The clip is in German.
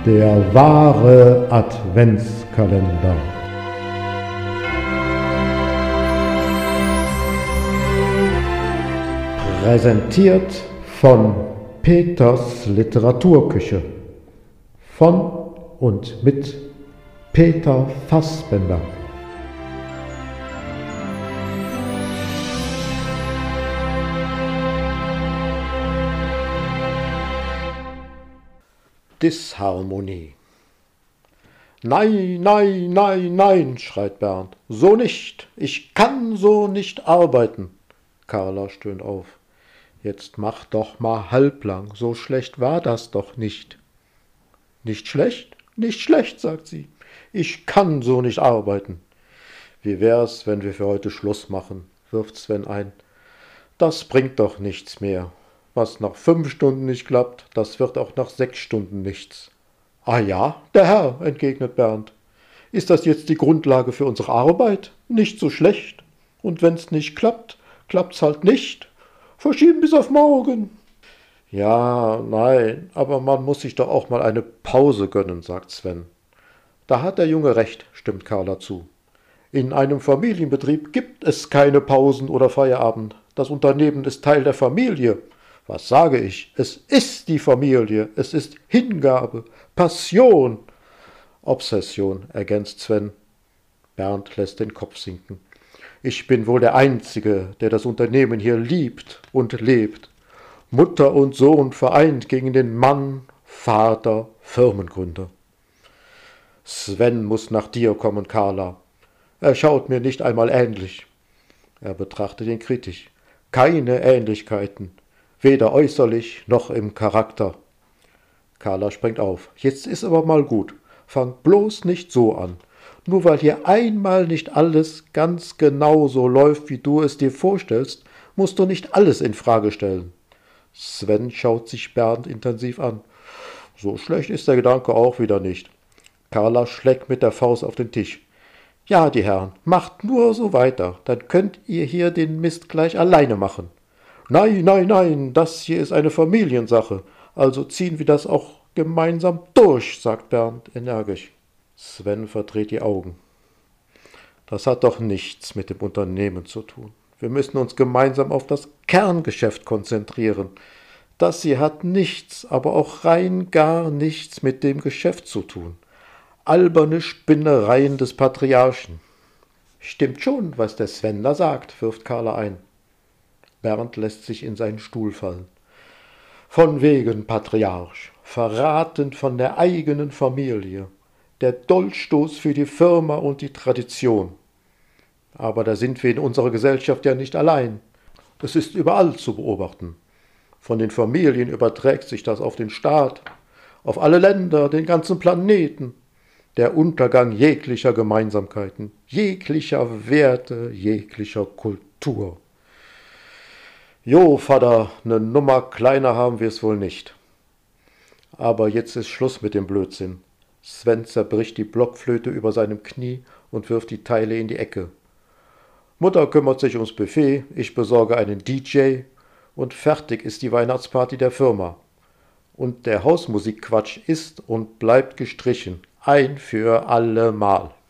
Der wahre Adventskalender. Präsentiert von Peters Literaturküche. Von und mit Peter Fassbender. Disharmonie. Nein, nein, nein, nein, schreit Bernd. So nicht. Ich kann so nicht arbeiten. Carla stöhnt auf. Jetzt mach doch mal halblang. So schlecht war das doch nicht. Nicht schlecht? Nicht schlecht, sagt sie. Ich kann so nicht arbeiten. Wie wär's, wenn wir für heute Schluss machen, wirft Sven ein. Das bringt doch nichts mehr. Was nach 5 Stunden nicht klappt, das wird auch nach 6 Stunden nichts. Ah ja, der Herr, entgegnet Bernd. Ist das jetzt die Grundlage für unsere Arbeit? Nicht so schlecht. Und wenn's nicht klappt, klappt's halt nicht. Verschieben bis auf morgen. Ja, nein, aber man muss sich doch auch mal eine Pause gönnen, sagt Sven. Da hat der Junge recht, stimmt Carla zu. In einem Familienbetrieb gibt es keine Pausen oder Feierabend. Das Unternehmen ist Teil der Familie. Was sage ich? Es ist die Familie. Es ist Hingabe, Passion. Obsession, ergänzt Sven. Bernd lässt den Kopf sinken. Ich bin wohl der Einzige, der das Unternehmen hier liebt und lebt. Mutter und Sohn vereint gegen den Mann, Vater, Firmengründer. Sven muss nach dir kommen, Carla. Er schaut mir nicht einmal ähnlich. Er betrachtet ihn kritisch. Keine Ähnlichkeiten. Weder äußerlich noch im Charakter. Carla springt auf. Jetzt ist aber mal gut. Fang bloß nicht so an. Nur weil hier einmal nicht alles ganz genau so läuft, wie du es dir vorstellst, musst du nicht alles in Frage stellen. Sven schaut sich Bernd intensiv an. So schlecht ist der Gedanke auch wieder nicht. Carla schlägt mit der Faust auf den Tisch. Ja, die Herren, macht nur so weiter, dann könnt ihr hier den Mist gleich alleine machen. Nein, nein, nein, das hier ist eine Familiensache, also ziehen wir das auch gemeinsam durch, sagt Bernd energisch. Sven verdreht die Augen. Das hat doch nichts mit dem Unternehmen zu tun. Wir müssen uns gemeinsam auf das Kerngeschäft konzentrieren. Das hier hat nichts, aber auch rein gar nichts mit dem Geschäft zu tun. Alberne Spinnereien des Patriarchen. Stimmt schon, was der Sven da sagt, wirft Carla ein. Bernd lässt sich in seinen Stuhl fallen. Von wegen Patriarch, verraten von der eigenen Familie, der Dolchstoß für die Firma und die Tradition. Aber da sind wir in unserer Gesellschaft ja nicht allein. Es ist überall zu beobachten. Von den Familien überträgt sich das auf den Staat, auf alle Länder, den ganzen Planeten. Der Untergang jeglicher Gemeinsamkeiten, jeglicher Werte, jeglicher Kultur. Jo, Vater, ne Nummer kleiner haben wir es wohl nicht. Aber jetzt ist Schluss mit dem Blödsinn. Sven zerbricht die Blockflöte über seinem Knie und wirft die Teile in die Ecke. Mutter kümmert sich ums Buffet, ich besorge einen DJ und fertig ist die Weihnachtsparty der Firma. Und der Hausmusikquatsch ist und bleibt gestrichen, ein für alle Mal.